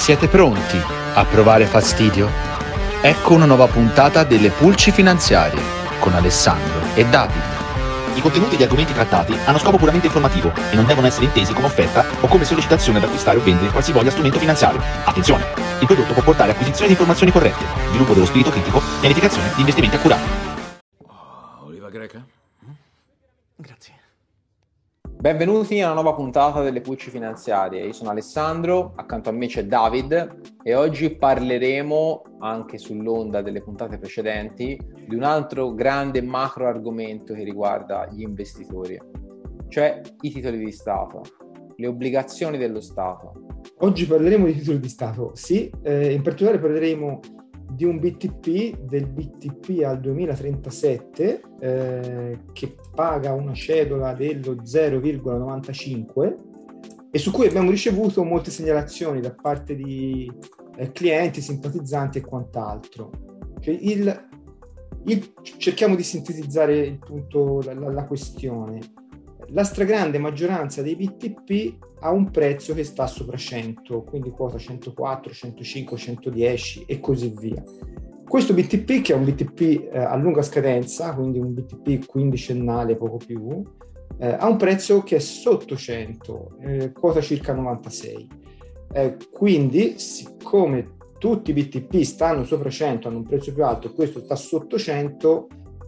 Siete pronti a provare fastidio? Ecco una nuova puntata delle Pulci Finanziarie con Alessandro e David. I contenuti e gli argomenti trattati hanno scopo puramente informativo e non devono essere intesi come offerta o come sollecitazione ad acquistare o vendere qualsivoglia strumento finanziario. Attenzione! Il prodotto può portare a acquisizione di informazioni corrette, sviluppo dello spirito critico, pianificazione di investimenti accurati. Oliva greca? Grazie. Benvenuti a una nuova puntata delle Pulci Finanziarie. Io sono Alessandro, accanto a me c'è David e oggi parleremo, anche sull'onda delle puntate precedenti, di un altro grande macro argomento che riguarda gli investitori, cioè i titoli di Stato, le obbligazioni dello Stato. Oggi parleremo di titoli di Stato, sì, in particolare parleremo di un BTP, del BTP al 2037, che paga una cedola dello 0,95 e su cui abbiamo ricevuto molte segnalazioni da parte di clienti, simpatizzanti e quant'altro. Cioè cerchiamo di sintetizzare il punto, la questione. La stragrande maggioranza dei BTP ha un prezzo che sta sopra 100, quindi quota 104, 105, 110 e così via. Questo BTP, che è un BTP a lunga scadenza, quindi un BTP quindicennale, poco più, ha un prezzo che è sotto 100, quota circa 96. Quindi, siccome tutti i BTP stanno sopra 100, hanno un prezzo più alto e questo sta sotto 100,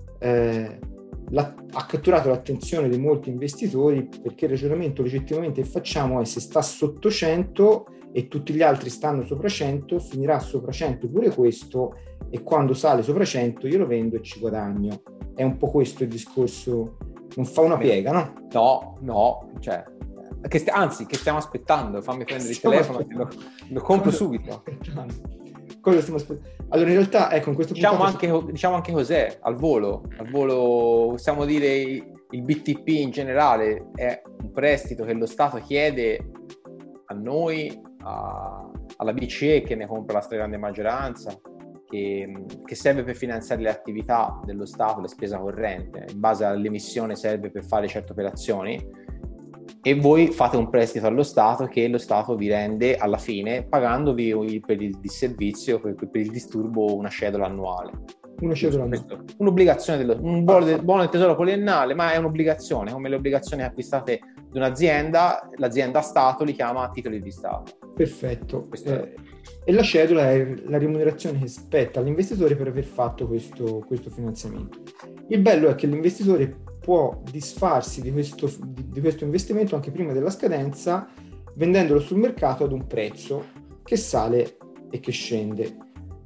ha catturato l'attenzione di molti investitori, perché il ragionamento legittimamente che facciamo è: se sta sotto 100 e tutti gli altri stanno sopra 100, finirà sopra 100 pure questo e quando sale sopra 100 io lo vendo e ci guadagno. È un po' questo il discorso, non fa una piega, no? No, cioè, anzi, che stiamo aspettando? Fammi prendere il telefono e lo compro subito. Cosa stiamo aspettando? Allora, in realtà, ecco, in questo punto diciamo anche cos'è, al volo possiamo dire il BTP in generale è un prestito che lo Stato chiede a noi, alla BCE, che ne compra la stragrande maggioranza, che serve per finanziare le attività dello Stato, le spese correnti. In base all'emissione serve per fare certe operazioni e voi fate un prestito allo Stato che lo Stato vi rende alla fine pagandovi per il disservizio, per il disturbo, una cedola annuale. Un'obbligazione, un buono del tesoro poliennale, ma è un'obbligazione, come le obbligazioni acquistate di un'azienda, l'azienda Stato li chiama titoli di Stato. Perfetto. E la cedola è la remunerazione che spetta all'investitore per aver fatto questo finanziamento. Il bello è che l'investitore può disfarsi di questo investimento anche prima della scadenza, vendendolo sul mercato ad un prezzo che sale e che scende.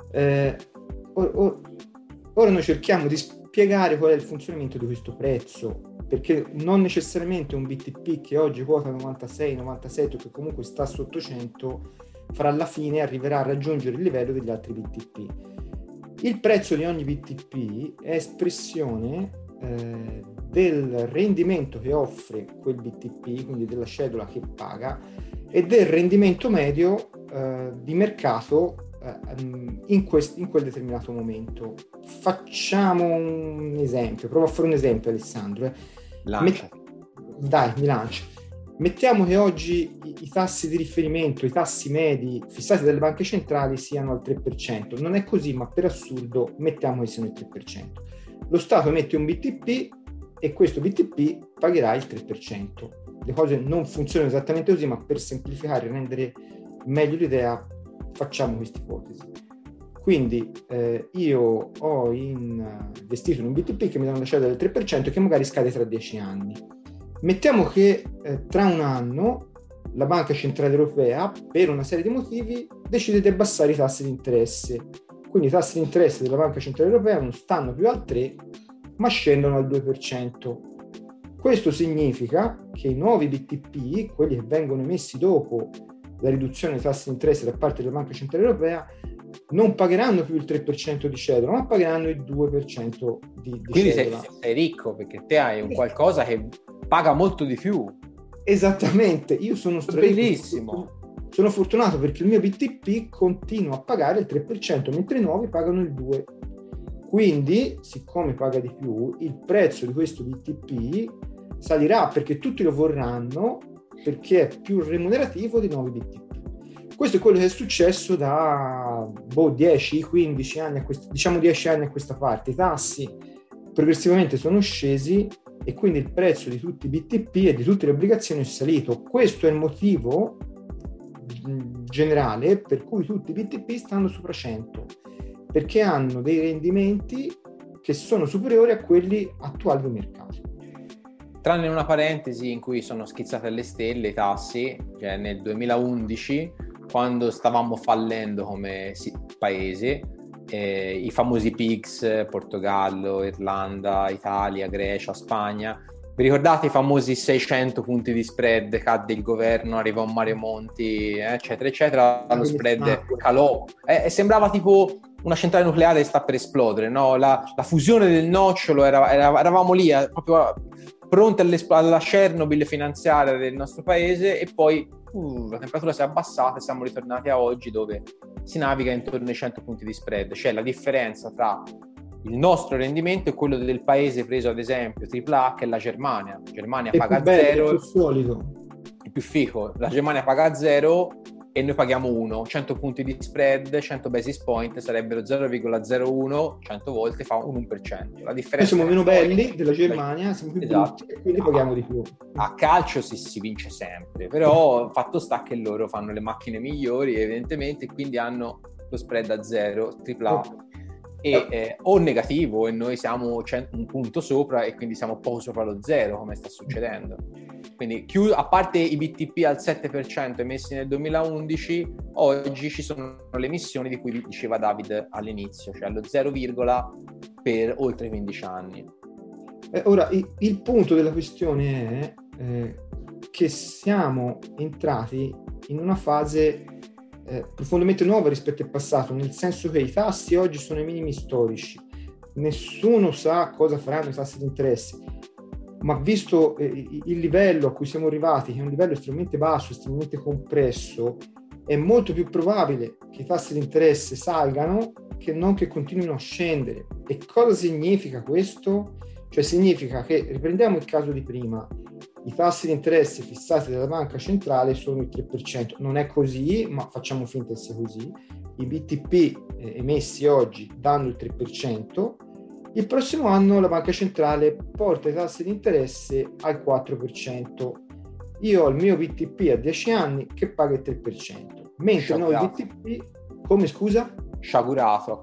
Ora noi cerchiamo di spiegare qual è il funzionamento di questo prezzo, perché non necessariamente un BTP che oggi quota 96, 97 o che comunque sta sotto 100 fra alla fine arriverà a raggiungere il livello degli altri BTP. Il prezzo di ogni BTP è espressione del rendimento che offre quel BTP, quindi della cedola che paga, e del rendimento medio di mercato in quel determinato momento. Facciamo un esempio, provo a fare un esempio, Alessandro. Mi lancio. Mettiamo che oggi i tassi di riferimento, i tassi medi fissati dalle banche centrali siano al 3%. Non è così, ma per assurdo mettiamo che siano il 3%. Lo Stato emette un BTP e questo BTP pagherà il 3%. Le cose non funzionano esattamente così, ma per semplificare e rendere meglio l'idea facciamo questa ipotesi. Quindi io ho investito in un BTP che mi dà una cedola del 3% e che magari scade tra 10 anni. Mettiamo che tra un anno la Banca Centrale Europea, per una serie di motivi, decide di abbassare i tassi di interesse. Quindi i tassi di interesse della Banca Centrale Europea non stanno più al 3%, ma scendono al 2%. Questo significa che i nuovi BTP, quelli che vengono emessi dopo la riduzione dei tassi di interesse da parte della Banca Centrale Europea, non pagheranno più il 3% di cedola, ma pagheranno il 2% di Quindi cedola. sei ricco, perché te hai un qualcosa che paga molto di più. Esattamente, io sono bellissimo. Sono fortunato perché il mio BTP continua a pagare il 3%, mentre i nuovi pagano il 2%. Quindi, siccome paga di più, il prezzo di questo BTP salirà perché tutti lo vorranno, perché è più remunerativo dei nuovi BTP. Questo è quello che è successo da 10, 15 anni, diciamo 10 anni a questa parte. I tassi progressivamente sono scesi e quindi il prezzo di tutti i BTP e di tutte le obbligazioni è salito. Questo è il motivo generale per cui tutti i BTP stanno sopra 100, perché hanno dei rendimenti che sono superiori a quelli attuali del mercato. Tranne una parentesi in cui sono schizzate alle stelle i tassi, cioè nel 2011, quando stavamo fallendo come paese, i famosi PIGS, Portogallo, Irlanda, Italia, Grecia, Spagna. Vi ricordate i famosi 600 punti di spread? Cadde il governo, arrivò Mario Monti, eccetera, eccetera. Lo spread calò. Sembrava tipo una centrale nucleare che sta per esplodere, no? La fusione del nocciolo, eravamo lì, proprio pronti alla Chernobyl finanziaria del nostro paese, e poi la temperatura si è abbassata e siamo ritornati a oggi dove si naviga intorno ai 100 punti di spread. C'è la differenza tra il nostro rendimento e quello del paese preso ad esempio AAA, che è la Germania. La Germania paga zero, è più solido, è più fico. La Germania paga 0 e noi paghiamo 1. 100 punti di spread, 100 basis point sarebbero 0,01, 100 volte fa un 1%. La differenza, noi siamo meno belli della Germania, siamo più brutti, e quindi paghiamo di più. A calcio si vince sempre, però fatto sta che loro fanno le macchine migliori evidentemente, quindi hanno lo spread a 0, AAA o negativo, e noi siamo un punto sopra e quindi siamo poco sopra lo 0, come sta succedendo. Quindi a parte i BTP al 7% emessi nel 2011, oggi ci sono le emissioni di cui diceva David all'inizio, cioè allo 0, per oltre 15 anni. Ora, il punto della questione è che siamo entrati in una fase profondamente nuova rispetto al passato, nel senso che i tassi oggi sono ai minimi storici, nessuno sa cosa faranno i tassi di interesse, ma visto il livello a cui siamo arrivati, che è un livello estremamente basso, estremamente compresso, è molto più probabile che i tassi di interesse salgano che non che continuino a scendere. E cosa significa questo? Cioè significa che, riprendiamo il caso di prima, i tassi di interesse fissati dalla banca centrale sono il 3%. Non è così, ma facciamo finta che sia così. I BTP emessi oggi danno il 3%. Il prossimo anno la banca centrale porta i tassi di interesse al 4%. Io ho il mio BTP a 10 anni che paga il 3%. Mentre noi BTP... Come, scusa? Sciagurato.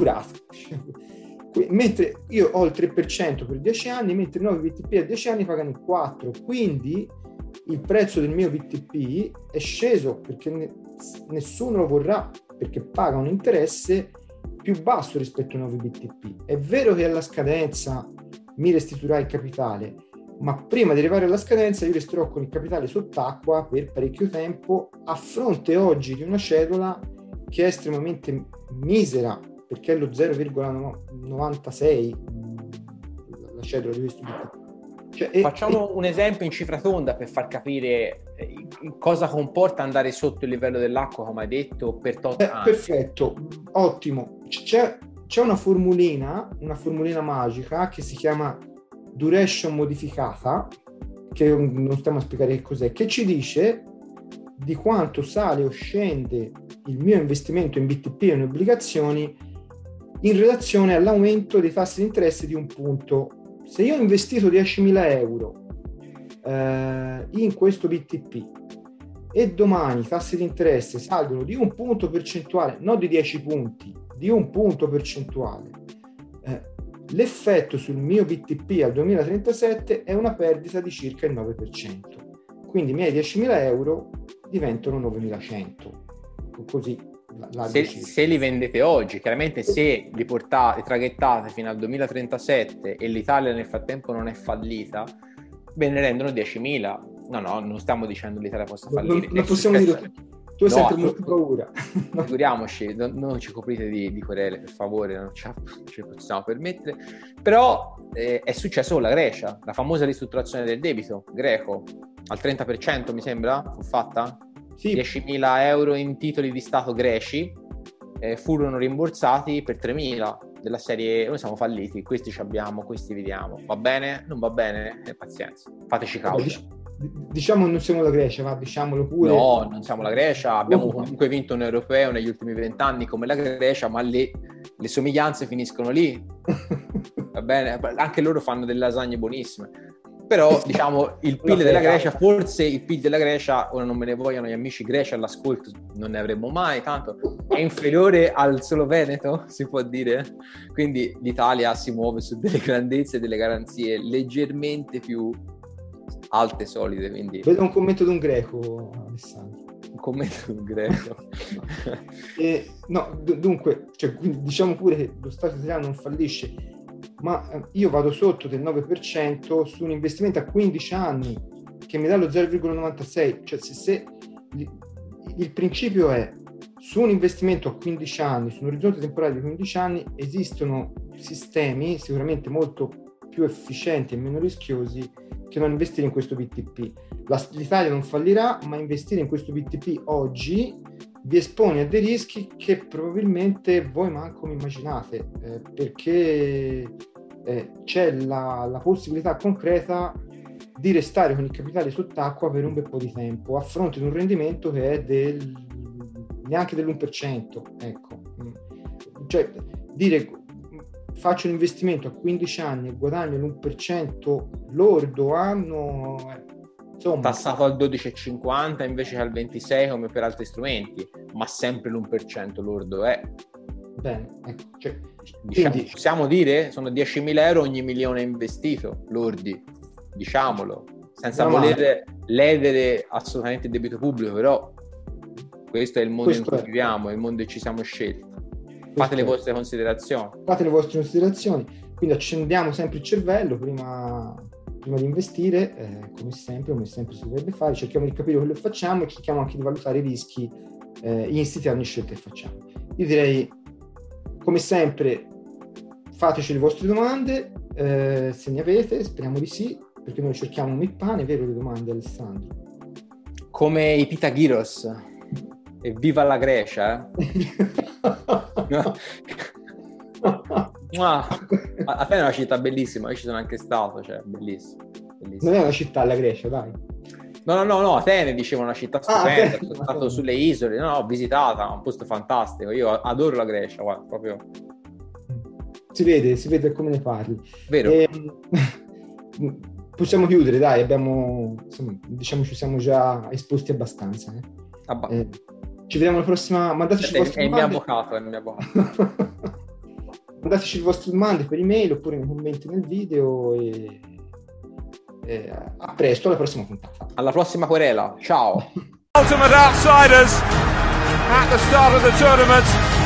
Mentre io ho il 3% per 10 anni, mentre i nuovi BTP a 10 anni pagano il 4%. Quindi il prezzo del mio BTP è sceso perché nessuno lo vorrà, perché paga un interesse più basso rispetto ai nuovi BTP. È vero che alla scadenza mi restituirà il capitale, ma prima di arrivare alla scadenza io resterò con il capitale sott'acqua per parecchio tempo, a fronte oggi di una cedola che è estremamente misera, perché è lo 0,96 la cedola di questo BTP. Facciamo un esempio in cifra tonda per far capire cosa comporta andare sotto il livello dell'acqua, come hai detto, per tot anni. Perfetto, ottimo. C'è una formulina magica che si chiama duration modificata, che non stiamo a spiegare che cos'è, che ci dice di quanto sale o scende il mio investimento in BTP e in obbligazioni in relazione all'aumento dei tassi di interesse di un punto. Se io ho investito 10.000 euro in questo BTP e domani i tassi di interesse salgono di un punto percentuale, non di 10 punti, di un punto percentuale, l'effetto sul mio BTP al 2037 è una perdita di circa il 9%. Quindi i miei 10.000 euro diventano 9.100. Così se li vendete oggi, chiaramente se li traghettate fino al 2037 e l'Italia nel frattempo non è fallita, ve ne rendono 10.000. No, non stiamo dicendo che l'Italia possa fallire. Non possiamo dire. Tu hai sempre molta paura. Figuriamoci, non ci coprite di querele, per favore, non ce lo possiamo permettere. Però è successo con la Grecia, la famosa ristrutturazione del debito greco, al 30% mi sembra, fu fatta? Sì. 10.000 euro in titoli di Stato greci furono rimborsati per 3.000, della serie noi siamo falliti, questi ci abbiamo, questi vediamo, va bene? Non va bene? Pazienza, fateci causa. diciamo non siamo la Grecia, ma diciamolo pure. No, non siamo la Grecia, abbiamo comunque vinto un europeo negli ultimi 20 anni come la Grecia, ma le somiglianze finiscono lì. Va bene? Anche loro fanno delle lasagne buonissime. Però, diciamo, il PIL della Grecia, forse il PIL della Grecia, ora non me ne vogliono gli amici greci all'ascolto, non ne avremo mai, tanto è inferiore al solo Veneto, si può dire. Quindi l'Italia si muove su delle grandezze e delle garanzie leggermente più alte e solide. Quindi... Vedo un commento di un greco, Alessandro. Un commento di un greco. No, dunque, cioè, quindi diciamo pure che lo Stato italiano non fallisce, ma io vado sotto del 9% su un investimento a 15 anni che mi dà lo 0,96, cioè se il principio è su un investimento a 15 anni, su un orizzonte temporale di 15 anni, esistono sistemi sicuramente molto più efficienti e meno rischiosi che non investire in questo BTP. L'Italia non fallirà, ma investire in questo BTP oggi vi espone a dei rischi che probabilmente voi manco mi immaginate, perché c'è la possibilità concreta di restare con il capitale sott'acqua per un bel po' di tempo, a fronte di un rendimento che è neanche dell'1%. Ecco. Cioè, dire faccio un investimento a 15 anni e guadagno l'1% lordo anno, insomma, tassato al 12,50 invece che al 26 come per altri strumenti, ma sempre l'1% lordo è. Bene, ecco, cioè, diciamo, quindi, possiamo dire sono 10.000 euro ogni milione investito lordi, diciamolo, senza voler ledere assolutamente il debito pubblico, però questo è il mondo in cui viviamo, è il mondo in cui ci siamo scelti. Fate le vostre considerazioni. Quindi accendiamo sempre il cervello prima di investire, come sempre si dovrebbe fare, cerchiamo di capire quello che facciamo e cerchiamo anche di valutare i rischi insiti a ogni scelta che facciamo. Io direi, come sempre, fateci le vostre domande, se ne avete, speriamo di sì, perché noi cerchiamo un pane, vero, le domande, Alessandro? Come i Pitaghiros. E viva la Grecia, Atene è una città bellissima, io ci sono anche stato, cioè bellissimo. Non è una città la Grecia, dai. No, Atene dicevo una città stupenda, sono stato sulle isole, ho visitata, un posto fantastico, io adoro la Grecia, guarda, proprio. Si vede come ne parli. Vero. Possiamo chiudere, dai, diciamo ci siamo già esposti abbastanza. Ci vediamo la prossima. Mandateci le vostre domande. È il mio avvocato. Mandateci le vostre domande per email oppure nei commenti nel video e a presto, alla prossima puntata. Alla prossima querela, ciao. Ultimate outsiders at the start of the tournament.